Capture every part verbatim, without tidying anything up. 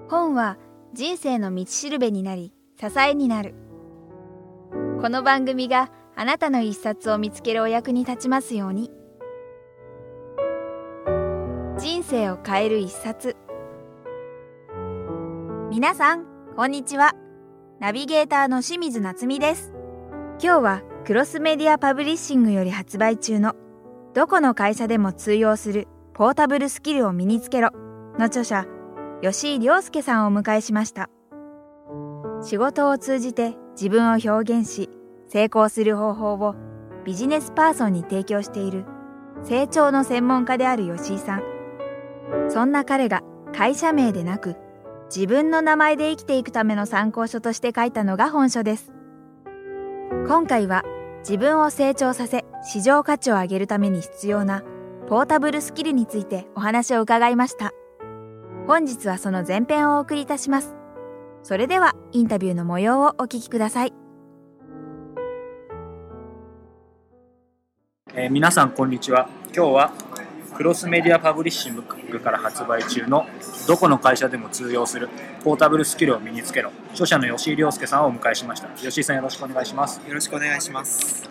本は人生の道しるべになり支えになる。この番組があなたの一冊を見つけるお役に立ちますように。人生を変える一冊。皆さんこんにちは。ナビゲーターの清水夏美です。今日はクロスメディアパブリッシングより発売中のどこの会社でも通用するポータブルスキルを身につけろの著者吉井亮介さんをお迎えしました。仕事を通じて自分を表現し成功する方法をビジネスパーソンに提供している成長の専門家である吉井さん。そんな彼が会社名でなく自分の名前で生きていくための参考書として書いたのが本書です。今回は自分を成長させ市場価値を上げるために必要なポータブルスキルについてお話を伺いました。本日はその前編をお送りいたします。それではインタビューの模様をお聞きください。 えー、皆さんこんにちは。今日はクロスメディアパブリッシングから発売中のどこの会社でも通用するポータブルスキルを身につけろ、著者の吉井亮介さんをお迎えしました。吉井さん、よろしくお願いします。 よろしくお願いします。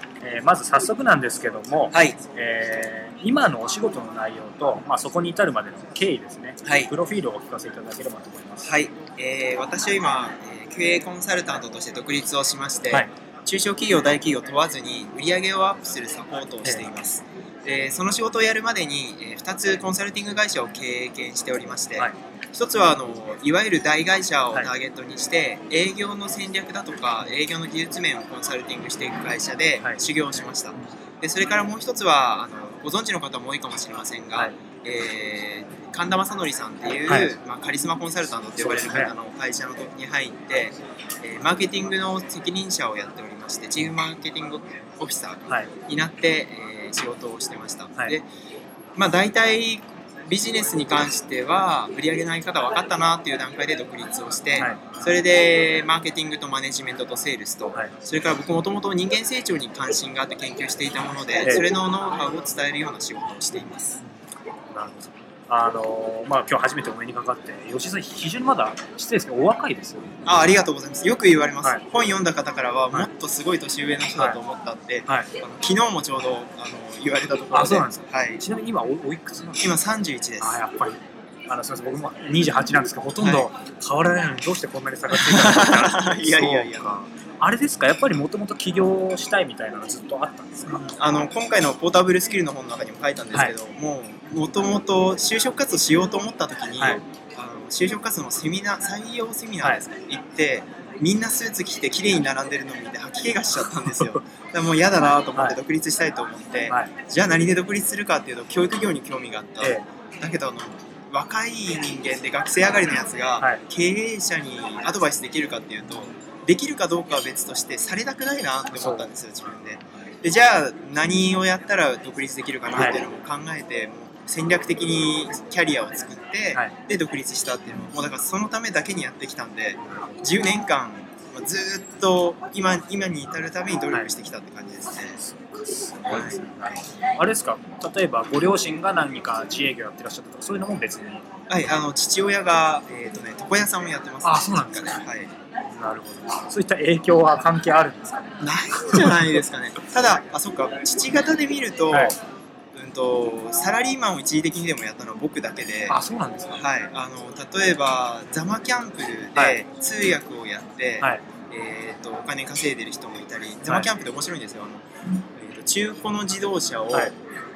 えー、まず早速なんですけども、はいえー、今のお仕事の内容と、まあ、そこに至るまでの経緯ですね、はい、プロフィールをお聞かせいただければと思います。 はい、えー、私は今、えー、キューエー コンサルタントとして独立をしまして、はい、中小企業大企業問わずに売り上げをアップするサポートをしています。でその仕事をやるまでに、えー、ふたつコンサルティング会社を経験しておりまして、はい、ひとつはあのいわゆる大会社をターゲットにして、はい、営業の戦略だとか営業の技術面をコンサルティングしていく会社で修行をしました。でそれからもうひとつはあのご存知の方も多いかもしれませんが、はいえー、神田正則さんっていう、はいまあ、カリスマコンサルタントと呼ばれる方の会社の時に入って、えー、マーケティングの責任者をやっておりまして、チームマーケティングオフィサーになって、はいえー、仕事をしてました。はい、でまあ、大体ビジネスに関しては売り上げの在り方分かったなっていう段階で独立をして、はい、それでマーケティングとマネジメントとセールスと、はい、それから僕もともと人間成長に関心があって研究していたもので、はい、それのノウハウを伝えるような仕事をしています。 なるほど。あのまあ、今日初めてお目にかかって吉井さん非常にまだ失礼ですけどお若いですよね。 あ, ありがとうございます。よく言われます、はい、本読んだ方からはもっとすごい年上の人だと思ったって、はいはい、あの昨日もちょうどあの言われたところで。 あ、そうなんですか、 はい、 ちなみに今 お, おいくつなんですか？ 今さんじゅういちです。 あやっぱりあのすみません、僕もにじゅうはちなんですけどほとんど変わらないのにどうしてこんなに差がついたのかいやいやいやあれですか、やっぱりもともと起業したいみたいなのずっとあったんですか？ あの今回のポータブルスキルの本の中にも書いたんですけど、はい、もうもともと就職活動しようと思った時に、はい、あの就職活動のセミナー採用セミナーです、ねはい、行ってみんなスーツ着て綺麗に並んでるのを見て吐き気がしちゃったんですよ。だからもう嫌だなと思って独立したいと思って、はい、じゃあ何で独立するかっていうと教育業に興味があった、ええ、だけどあの若い人間で学生上がりのやつが経営者にアドバイスできるかっていうとできるかどうかは別としてされたくないなって思ったんですよ、自分で。でじゃあ何をやったら独立できるかなっていうのも考えて、はい、もう戦略的にキャリアを作って、はい、で独立したっていうのももうだからそのためだけにやってきたんでじゅうねんかんずっと 今, 今に至るために努力してきたって感じですね。 はいはい、あれですか、例えばご両親が何か自営業やってらっしゃったとかそういうのも別に。 はい、あの父親が、えーとね、床屋さんをやってます、ね。 あ、そうなんですね。 はい、 なるほど。そういった影響は関係あるんですかね？ ないんじゃないですかね。ただあそっか父方で見ると、はいうんと、サラリーマンを一時的にでもやったのは僕だけで。 あ、そうなんですか。 はい、あの例えばザマキャンプルで通訳をやって、はいえー、とお金稼いでる人もいたり、ザマキャンプで面白いんですよ。あのえー、と中古の自動車を、はいえー、と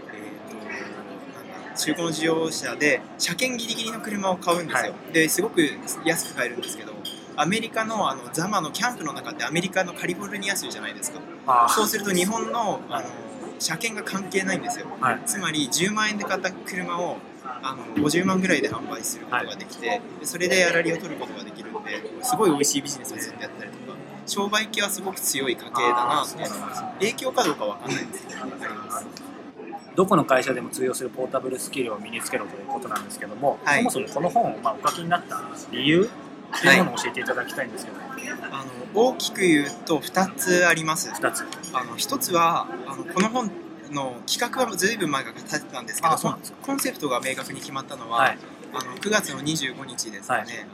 なんだ中古の自動車で車検ギリギリの車を買うんですよ、はい、ですごく安く買えるんですけど、アメリカ の, あのザマのキャンプの中ってアメリカのカリフォルニア州じゃないですか。そうすると日本 の, あの車検が関係ないんですよ、はい、つまりじゅうまんえんで買った車をあのごじゅうまんぐらいで販売することができて、はい、それで粗利を取ることができるのですごい美味しいビジネスをずっとやったりとか、商売系はすごく強い家系だなっていうのは影響かどうかわかんないんですけど、あります。 どこの会社でも通用するポータブルスキルを身につけろということなんですけども、はい、そもそもこの本をまあお書きになった理由というものを教えていただきたいんですけど、はい、 あの大きく言うとふたつあります。 ふたつ。 あのひとつはあのこの本の企画はずいぶん前から立てたんですけど、コンセプトが明確に決まったのは、はい、あのくがつのにじゅうごにちですかね、はい、あの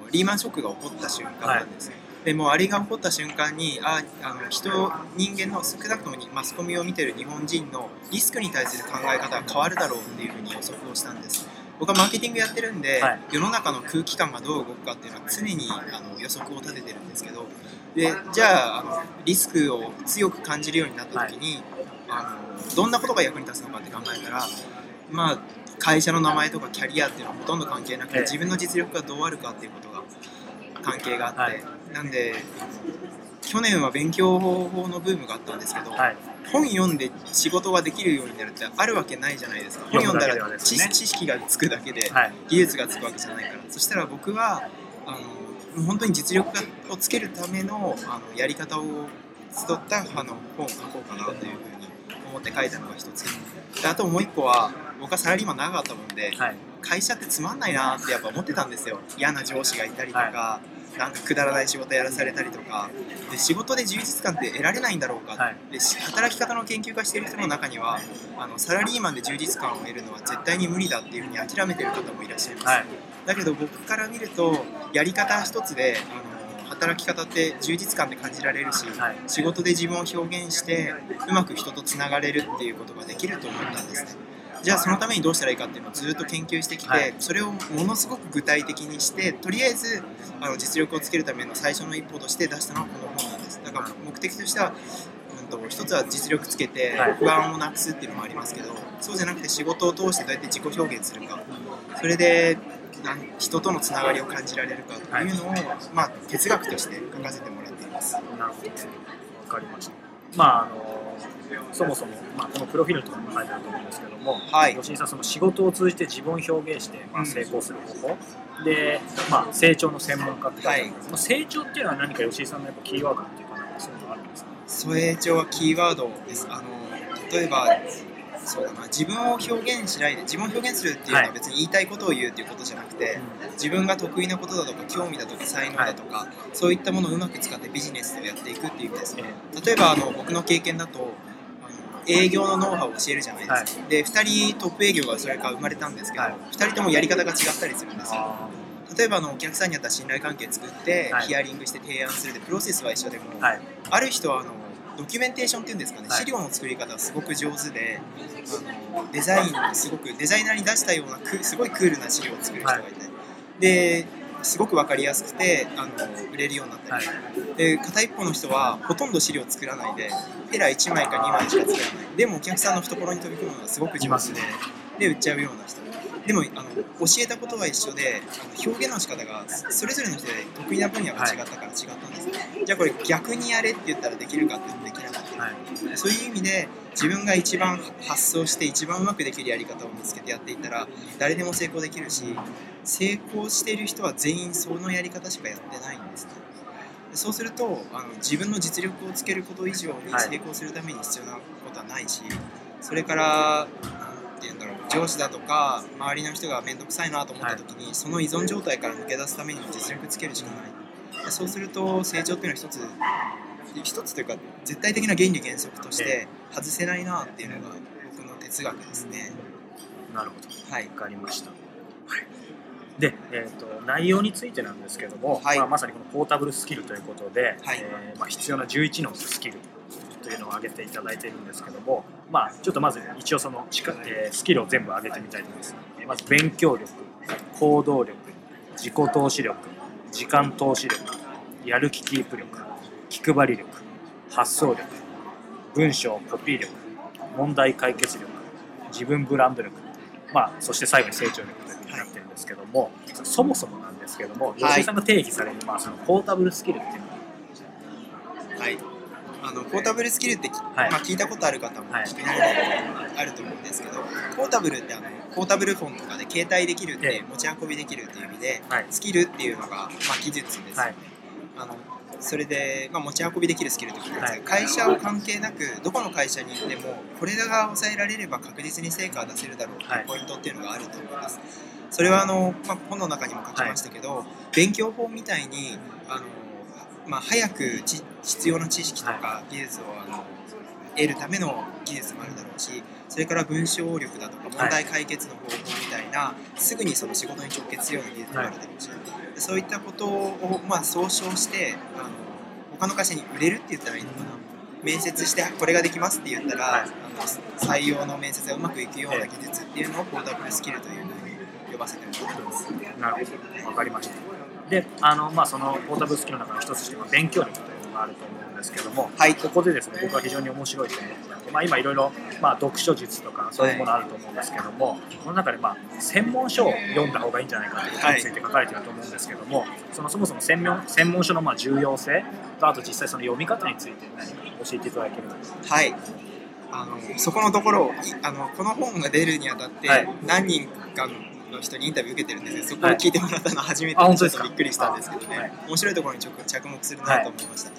リーマンショックが起こった瞬間なんです、はい、でもうあれが起こった瞬間にああの人人間の少なくともマスコミを見てる日本人のリスクに対する考え方が変わるだろうっていうふうに予測をしたんです。僕はマーケティングやってるんで、はい、世の中の空気感がどう動くかっていうのは常にあの予測を立ててるんですけど、でじゃあ、あのリスクを強く感じるようになった時に、はい、あのどんなことが役に立つのかって考えたら、まあ、会社の名前とかキャリアっていうのはほとんど関係なくて、自分の実力がどうあるかっていうことが関係があって、はい、なんで去年は勉強法のブームがあったんですけど、はい、本読んで仕事ができるようになるってあるわけないじゃないですか。本読んだら知識がつくだけで技術がつくわけじゃないから、はい、そしたら僕はあの本当に実力をつけるための、あのやり方を集ったあの本を書こうかなというふうに思って書いたのが一つで、あともう一個は僕はサラリーマン長かったもんで、はい、会社ってつまんないなってやっぱ思ってたんですよ。嫌な上司がいたりとか、はい、なんかくだらない仕事やらされたりとかで、仕事で充実感って得られないんだろうか、はい、で働き方の研究家している人の中にはあのサラリーマンで充実感を得るのは絶対に無理だっていうふうに諦めている方もいらっしゃいます、はい、だけど僕から見るとやり方一つであの働き方って充実感で感じられるし、はい、仕事で自分を表現してうまく人とつながれるっていうことができると思ったんですね。じゃあそのためにどうしたらいいかっていうのをずっと研究してきて、はい、それをものすごく具体的にしてとりあえずあの実力をつけるための最初の一歩として出したのはこの本なんです。だから目的としては、うん、と一つは実力つけて不安をなくすっていうのもありますけど、そうじゃなくて仕事を通してどうやって自己表現するか、それで人とのつながりを感じられるかというのを、はい、まあ、哲学として書かせてもらっています。 なるほど、わかりました。まああのそもそも、まあ、このプロフィールとかも書いてあると思うんですけども、はい、吉井さんその仕事を通じて自分を表現して、まあ、成功する方法、うん、で、まあ、成長の専門家って書いてあるんです、はい、成長っていうのは何か吉井さんのやっぱキーワードっていうか、なんかそういうのがあるんですか？ 成長はキーワードです。あの例えばそうだな、自分を表現しないで、自分を表現するっていうのは別に言いたいことを言うっていうことじゃなくて、はい、自分が得意なことだとか興味だとか才能だとか、はい、そういったものをうまく使ってビジネスをやっていくっていう意味ですね。例えばあの僕の経験だと営業のノウハウを教えるじゃないですか、はい、でふたりトップ営業がそれから生まれたんですけど、はい、ふたりともやり方が違ったりするんですよ。例えばあのお客さんにあったら信頼関係作って、はい、ヒアリングして提案するでプロセスは一緒でも、はい、ある人はあのドキュメンテーションっていうんですかね、はい、資料の作り方がすごく上手で、あのデザインすごくデザイナーに出したようなすごいクールな資料を作る人がいて、はい、ですごく分かりやすくてあの売れるようになったり、はい、で片一方の人はほとんど資料作らないでペラいちまいかにまいしか作らない、でもお客さんの懐に飛び込むのがすごく上手で、で売っちゃうような人でもあの教えたことは一緒で、あの表現の仕方がそれぞれの人で得意な分野が違ったから違ったんです、はい、じゃあこれ逆にやれって言ったらできるかってできなかった、はい、そういう意味で自分が一番発想して一番うまくできるやり方を見つけてやっていったら誰でも成功できるし、成功している人は全員そのやり方しかやってないんですね。そうするとあの自分の実力をつけること以上に成功するために必要なことはないし、それからなんて言うんだろう、上司だとか周りの人が面倒くさいなと思った時に、はい、その依存状態から抜け出すためにも実力つけるしかない。そうすると成長っていうのは一つ一つというか絶対的な原理原則として外せないなっていうのが僕の哲学ですね。 なるほど、はい、分かりました、はい、 で、 えー、と内容についてなんですけども、はい、まあ、まさにこのポータブルスキルということで、はい、えーまあ、必要なじゅういちのスキルというのを挙げていただいているんですけども、まあ、ちょっとまず一応その、えー、スキルを全部挙げてみたいと思います。まず勉強力、行動力、自己投資力、時間投資力、やる気キープ力、気配り力、発想力、文章コピー力、問題解決力、自分ブランド力、まあ、そして最後に成長力というふうになっているんですけども、はい、そもそもなんですけども、吉井さんが定義される、まあ、そのポータブルスキルっていうのは、 はい、あのポータブルスキルって、はい、まあ、聞いたことある方も聞き慣れないことあると思うんですけど、はい、ポータブルってあのポータブルフォンとかで携帯できるって、持ち運びできるっていう意味で、はい、スキルっていうのが、まあ、技術です、はい、あのそれで、まあ、持ち運びできるスキルってことですけど、はい、会社を関係なくどこの会社に行ってもこれが抑えられれば確実に成果を出せるだろうというポイントっていうのがあると思います。それはあの、まあ、本の中にも書きましたけど、はい、勉強法みたいにあの、まあ、早くち必要な知識とか技術をあの得るための技術もあるだろうし、それから文章力だとか問題解決の方法みたいなすぐにその仕事に直結するような技術があるだろうし、はい、そういったことをまあ総称してあの他の会社に売れるって言ったらいいのかな、面接してこれができますって言ったら、はい、あの採用の面接がうまくいくような技術っていうのをポータブルスキルというふうに呼ばせてもらってます。 なるほど、わかりました。で、あのまあそのポータブルスキルの中の一つとしては勉強力というのがあると思うんですけども、はい、ここでですね僕は非常に面白いと思って、まあ、今いろいろまあ読書術とかそういうものあると思うんですけども、はい、この中でまあ専門書を読んだ方がいいんじゃないかということについて書かれていると思うんですけども、はい、そのそもそも専門専門書のまあ重要性と、あと実際その読み方について何か教えていただけると。 はい、あのそこのところをあのこの本が出るにあたって何人かの人にインタビュー受けてるんですけど、そこを聞いてもらったのは初めてでちょっとびっくりしたんですけどね、はい、面白いところに着目するなと思いました。はい、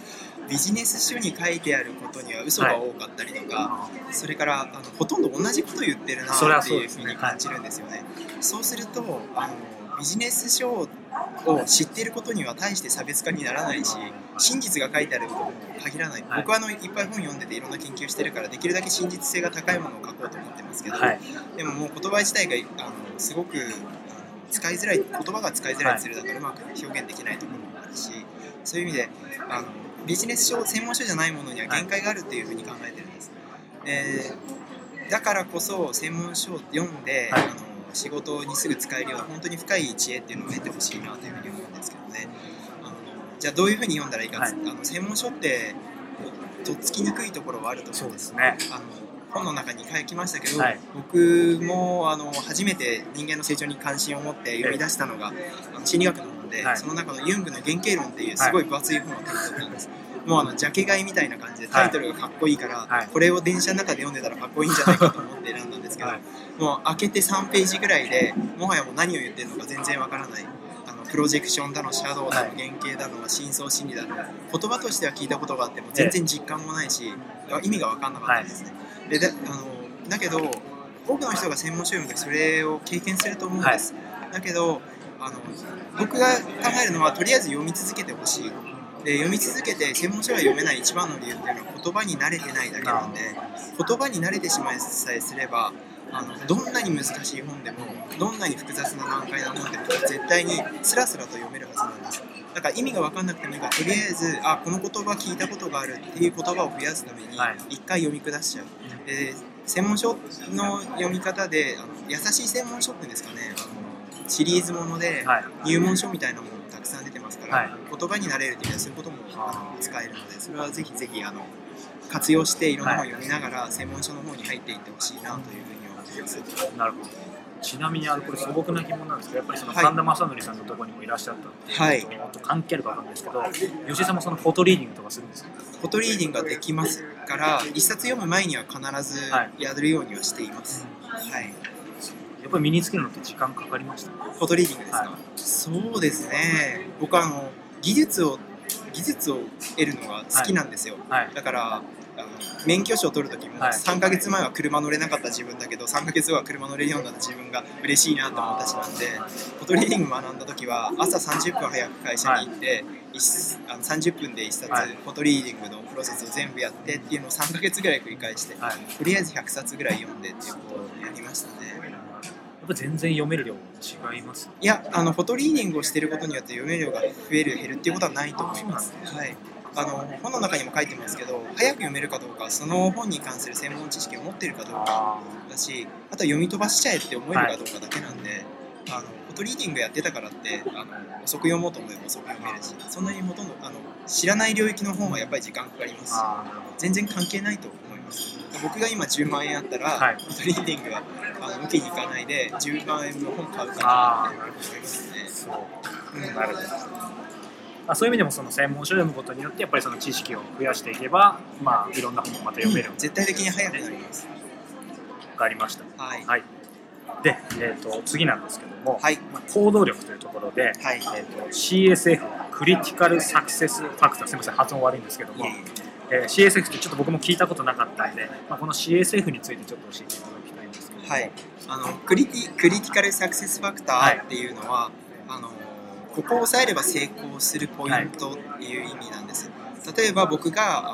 ビジネス書に書いてあることには嘘が多かったりとか、はい、それからあのほとんど同じこと言ってるなっていうふうに感じるんですよね。そうするとあのビジネス書を知っていることには大して差別化にならないし、真実が書いてあることも限らない。はい、僕はあのいっぱい本読んでていろんな研究してるから、できるだけ真実性が高いものを書こうと思ってますけど、はい、でももう言葉自体があのすごく使いづらい、言葉が使いづらいツールだからうまく表現できないところもあるし、そういう意味であのビジネス書、専門書じゃないものには限界があるっていうふうに考えてるんです。えー、だからこそ専門書を読んで、はい、あの仕事にすぐ使えるような本当に深い知恵っていうのを得てほしいなというふうに思うんですけどね。あのじゃあどういうふうに読んだらいいか、はい、あの専門書ってとっつきにくいところはあると思うんです。そうですね。あの本の中に書きましたけど、はい、僕もあの初めて人間の成長に関心を持って読み出したのが、あの心理学の本で、はい、その中のユングの原型論っていうすごい分厚い本を手に取ったんです。もうあのジャケ買いみたいな感じでタイトルがかっこいいから、はい、これを電車の中で読んでたらかっこいいんじゃないかと思って選んだんですけど、はい、もう開けてさんページぐらいでもはやもう何を言ってるのか全然わからない。あのプロジェクションだのシャドウだの原型だの深層心理だの言葉としては聞いたことがあっても全然実感もないし、意味が分かんなかったんですね。でだあのだけど多くの人が専門書を読むときそれを経験すると思うんです。はい、だけどあの僕が考えるのはとりあえず読み続けてほしい。で読み続けて専門書が読めない一番の理由っていうのは言葉に慣れてないだけなんで、言葉に慣れてしまいさえすればあのどんなに難しい本でもどんなに複雑な難解な本でも絶対にスラスラと読めるはずなんです。だから意味が分かんなくてもいいからとりあえずあこの言葉聞いたことがあるっていう言葉を増やすために一回読み下しちゃう。で専門書の読み方であの優しい専門書っていうんですかね、あのシリーズもので入門書みたいなものもたくさん出てますから、はい、言葉になれるというのはそういうこともあの使えるので、それはぜひぜひあの活用していろんな本を読みながら専門書の方に入っていってほしいなというふうに思っています。 なるほど。ちなみにあのこれ素朴な疑問なんですけど、やっぱりその神田正則さんのところにもいらっしゃったっていうことともっと関係あるかわかんないですけど、吉井さんもそのフォトリーディングとかするんですか？ フォトリーディングができますから一冊読む前には必ずやるようにはしています。はい。はい、 やっぱり身につけるのって時間かかりました？ フォトリーディングですか？はい、そうですね。僕はあの技術を技術を得るのが好きなんですよ。はいはい、だからあの免許証を取るときもさんかげつまえは車乗れなかった自分だけどさんかげつごは車乗れるようになった自分が嬉しいなと思ったしなんで、フォトリーディング学んだときは朝さんじゅっぷん早く会社に行って、はい、あのさんじゅっぷんでいっさつ、はい、フォトリーディングのプロセスを全部やってっていうのをさんかげつぐらい繰り返して、はい、とりあえずひゃくさつぐらい読んでっていうことをやりましたね。 やっぱ全然読める量違います？ いや、あのフォトリーディングをしていることによって読める量が増える減るっていうことはないと思います。はい、あの本の中にも書いてますけど、早く読めるかどうかその本に関する専門知識を持っているかどうかだし、あとは読み飛ばしちゃえって思えるかどうかだけなんで、はい、あのフォトリーディングやってたからってあの遅く読もうと思えば遅く読めるし、そんなにほとんどあの知らない領域の本はやっぱり時間かかりますし、全然関係ないと思います。僕が今じゅうまんえんあったら、はい、フォトリーディングはあの受けに行かないでじゅうまんえんの本買うかなって思いますね。そう、うん、なるほど。 あ、そういう意味でもその専門書を読むことによってやっぱりその知識を増やしていけば、まあ、いろんな本をまた読める、 うん、絶対的に早くなります。 わかりました。はい、はい、で、えー、と次なんですけども、 はい、 まあ、行動力というところで、はい、えー、と シーエスエフ クリティカルサクセスファクター、すみません発音悪いんですけども、えー、シーエスエフ ってちょっと僕も聞いたことなかったんで、まあ、この シーエスエフ についてちょっと教えていただきたいんですけど、 はい、あのクリティ、クリティカルサクセスファクターっていうのは、はい、あのここを押さえれば成功するポイントっていう意味なんです。例えば僕があの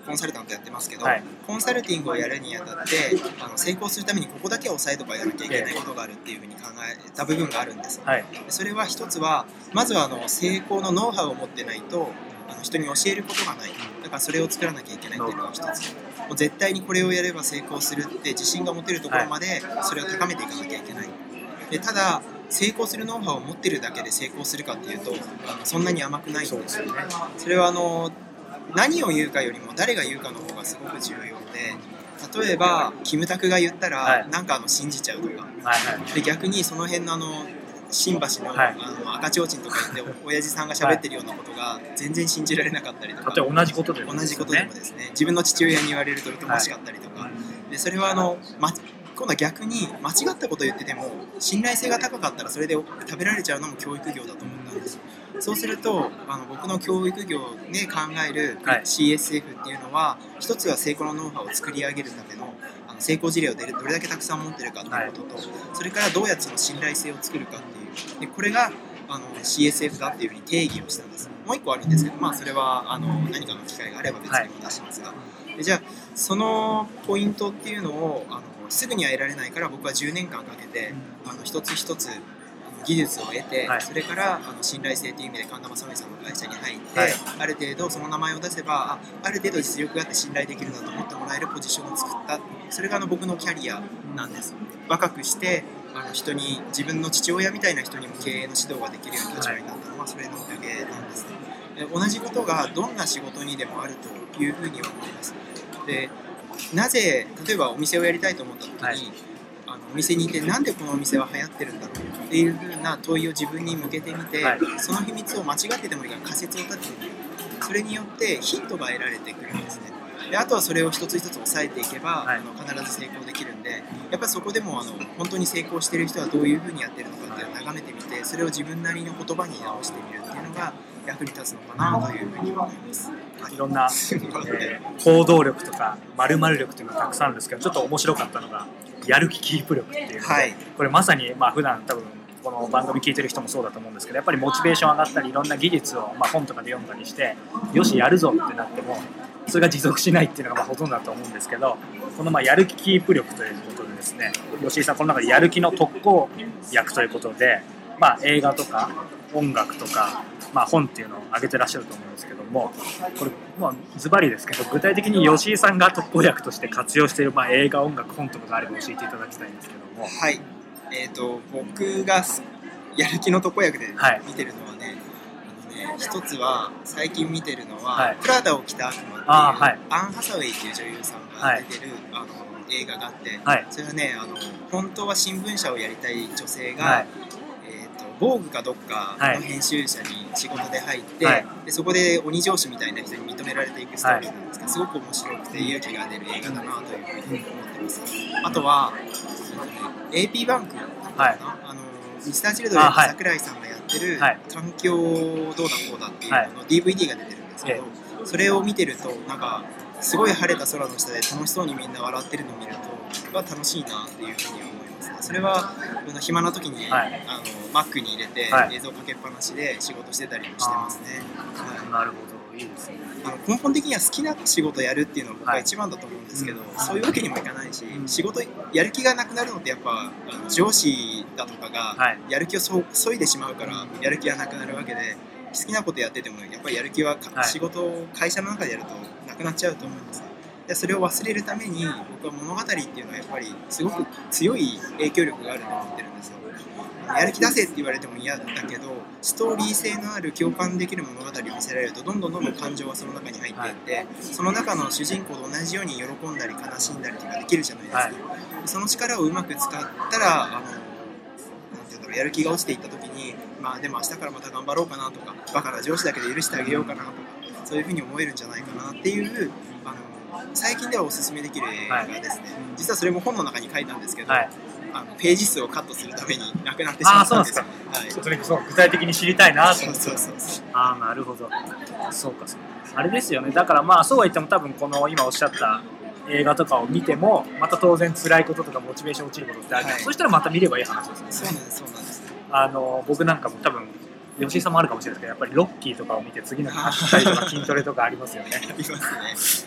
コンサルタントやってますけど、 はい、 コンサルティングをやるにあたってあの成功するためにここだけは押さえとかやらなきゃいけないことがあるっていうふうに考えた部分があるんです、はい、それは一つはまずはあの成功のノウハウを持ってないとあの人に教えることがない。だからそれを作らなきゃいけないっていうのが一つ。もう絶対にこれをやれば成功するって自信が持てるところまでそれを高めていかなきゃいけない。でただ成功するノウハウを持ってるだけで成功するかっていうとあのそんなに甘くないんですよね。それはあの何を言うかよりも誰が言うかの方がすごく重要で、例えばキムタクが言ったら、はい、なんかあの信じちゃうとか、はいはい、で逆にその辺のあの新橋 の,、はい、あの赤ちょうちんとか言って親父さんが喋ってるようなことが全然信じられなかったりとか、 例えば同じことでも、 ね、同じことでもですね、自分の父親に言われると疎ましかったりとか、はい、でそれはあの、ま、今度は逆に間違ったことを言ってても信頼性が高かったらそれで食べられちゃうのも教育業だと思ったんですよ。そうするとあの僕の教育業で考える シーエスエフ っていうのは、はい、一つは成功のノウハウを作り上げるためのあの成功事例をどれだけたくさん持ってるかということと、はい、それからどうやってその信頼性を作るかっていうでこれがあの シーエスエフ だっていうふうに定義をしたんです。もう一個あるんですけど、まあ、それはあの何かの機会があれば別にお出ししますが、はい、でじゃあそのポイントっていうのをあのすぐには得られないから僕はじゅうねんかんかけてあの一つ一つ技術を得て、はい、それからあの信頼性という意味で神田正則さんの会社に入って、はい、ある程度その名前を出せば あ, ある程度実力があって信頼できるなと思ってもらえるポジションを作った。それがあの僕のキャリアなんです。若くしてあの人に自分の父親みたいな人にも経営の指導ができるような立場になったのはそれのおかげなんですね。で同じことがどんな仕事にでもあるというふうには思います。でなぜ例えばお店をやりたいと思った時に、はい、あのお店にいてなんでこのお店は流行ってるんだろうっていうふうな問いを自分に向けてみて、はい、その秘密を間違ってでもいいから仮説を立ててみる。それによってヒントが得られてくるんですね。であとはそれを一つ一つ押さえていけば、はい、あの必ず成功できるんで、やっぱりそこでもあの本当に成功している人はどういうふうにやってるのかっていうのを眺めてみて、それを自分なりの言葉に直してみるっていうのが役に立つのかなというふうに思います。 いろんな、えー、行動力とか〇〇力というのがたくさんあるんですけど、ちょっと面白かったのがやる気キープ力っていうので、はい、これまさにまあ普段多分この番組聞いてる人もそうだと思うんですけど、やっぱりモチベーション上がったりいろんな技術をまあ本とかで読んだりしてよしやるぞってなってもそれが持続しないっていうのがまあほとんどだと思うんですけど、このまあやる気キープ力ということでですね、吉井さんこの中でやる気の特効薬ということで、まあ、映画とか音楽とか、まあ、本っていうのを挙げてらっしゃると思うんですけども、これまあズバリですけど具体的に吉井さんが特効薬として活用しているまあ映画音楽本とかがあれば教えていただきたいんですけども。 はい、えーと、僕がやる気の特効薬で見てるのはね、はい、あのね一つは最近見てるのは、はい、プラダを着た悪魔っていうあ、はい、アン・ハサウェイっていう女優さんが出てる、はい、あの映画があって、はい、それはねあの本当は新聞社をやりたい女性が、はい、えーと、ボーグかどっかの編集者に仕事で入って、はい、でそこで鬼上司みたいな人に認められていくストーリーなんですけど、すごく面白くて勇気が出る映画だなというふうに思ってます。あとは、えーとね、エーピー バンクかな、はい、あのミスターチルドレンの櫻井さんがやってる環境どうだこうだっていうのの ディーブイディー が出てるんですけど、それを見てるとなんかすごい晴れた空の下で楽しそうにみんな笑ってるのを見るとは楽しいなっていうふうに思いますね。それは暇な時に、はい、あの Mac に入れて映像かけっぱなしで仕事してたりもしてますね。 はい、なるほど、いいですね。 あの根本的には好きな仕事をやるっていうのが僕は一番だと思うんですけど、はい、そういうわけにもいかないし、うん、仕事やる気がなくなるのってやっぱあの上司だとかがやる気をそ削いでしまうからやる気がなくなるわけで、好きなことやっててもやっぱりやる気は、はい、仕事を会社の中でやるとなくなっちゃうと思うんですね。でそれを忘れるために僕は物語っていうのはやっぱりすごく強い影響力があると思ってるんですよ。やる気出せって言われても嫌だけど、ストーリー性のある共感できる物語を見せられるとどんどんどんどん感情はその中に入っていって、はい、その中の主人公と同じように喜んだり悲しんだりとかできるじゃないですか、はい、その力をうまく使ったらあのなんていうんだろう、やる気が落ちていった時に、まあでも明日からまた頑張ろうかなとか、バカな上司だけで許してあげようかなとか、そういうふうに思えるんじゃないかなっていうあの最近ではおすすめできる映画ですね、はい、実はそれも本の中に書いたんですけど、はい、あのページ数をカットするためになくなってしまったんですよ。 あ、そうですか。はい、ちょっとね、そう具体的に知りたいなと思って。 そうそうそう。 ああ、なるほど。そうかそうか。あれですよね。だからまあそうは言っても多分この今おっしゃった映画とかを見てもまた当然辛いこととかモチベーション落ちることってある、はい、そしたらまた見ればいい話ですよね。 そうなんですそうなんです。 あの僕なんかも多分吉井さんもあるかもしれないですけど、やっぱりロッキーとかを見て次の日走ったりとか筋トレとかありますよね。 ありますね。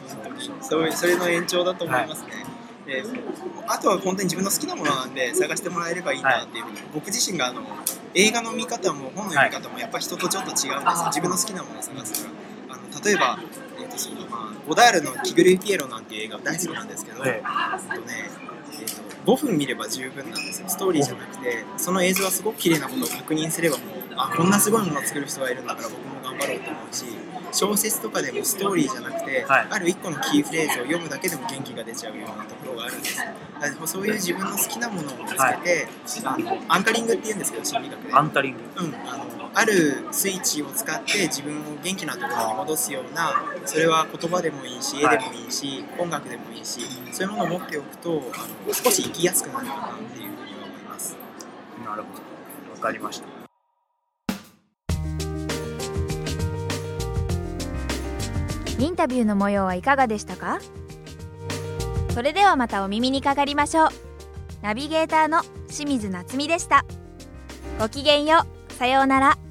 そういうそれの延長だと思いますね。はい、であとは本当に自分の好きなものなんで探してもらえればいいなっていうふうに、はい、僕自身があの映画の見方も本の読み方もやっぱ人とちょっと違うんですよ、はい、自分の好きなものを探すから。あの例えば、えーとそのまあ、ゴダールの「キグルイ・ピエロ」なんていう映画大好きなんですけど、はい、えーとねえー、とごふん見れば十分なんですよ。ストーリーじゃなくてその映像はすごく綺麗なことを確認すればもうあこんなすごいものを作る人がいるんだから僕も頑張ろうと思うし、小説とかでもストーリーじゃなくて、はい、ある一個のキーフレーズを読むだけでも元気が出ちゃうようなところがあるんです。だからそういう自分の好きなものを見つけて、はい、あのアンカリングっていうんですけど心理学でアンカリング、 うん、あのあるスイッチを使って自分を元気なところに戻すような、それは言葉でもいいし絵でもいいし、はい、音楽でもいいし、そういうものを持っておくとあの少し生きやすくなるかなっていうふうには思います。 なるほど、わかりました。 インタビューの模様はいかがでしたか？それではまたお耳にかかりましょう。ナビゲーターの清水夏美でした。ごきげんよう。さようなら。